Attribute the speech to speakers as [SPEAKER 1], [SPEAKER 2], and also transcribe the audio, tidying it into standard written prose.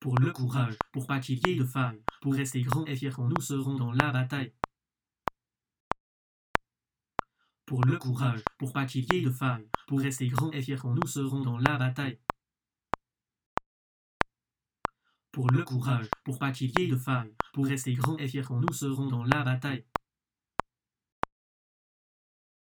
[SPEAKER 1] Pour le courage, pour pas qu'il y ait de faille, pour rester grand et fier quand nous serons dans la bataille. Pour le courage, pour pas qu'il y ait de faille, pour rester grand et fier quand nous serons dans la bataille. Pour le courage, pour pas qu'il y ait de faille, pour rester grand et fier quand nous serons dans la bataille.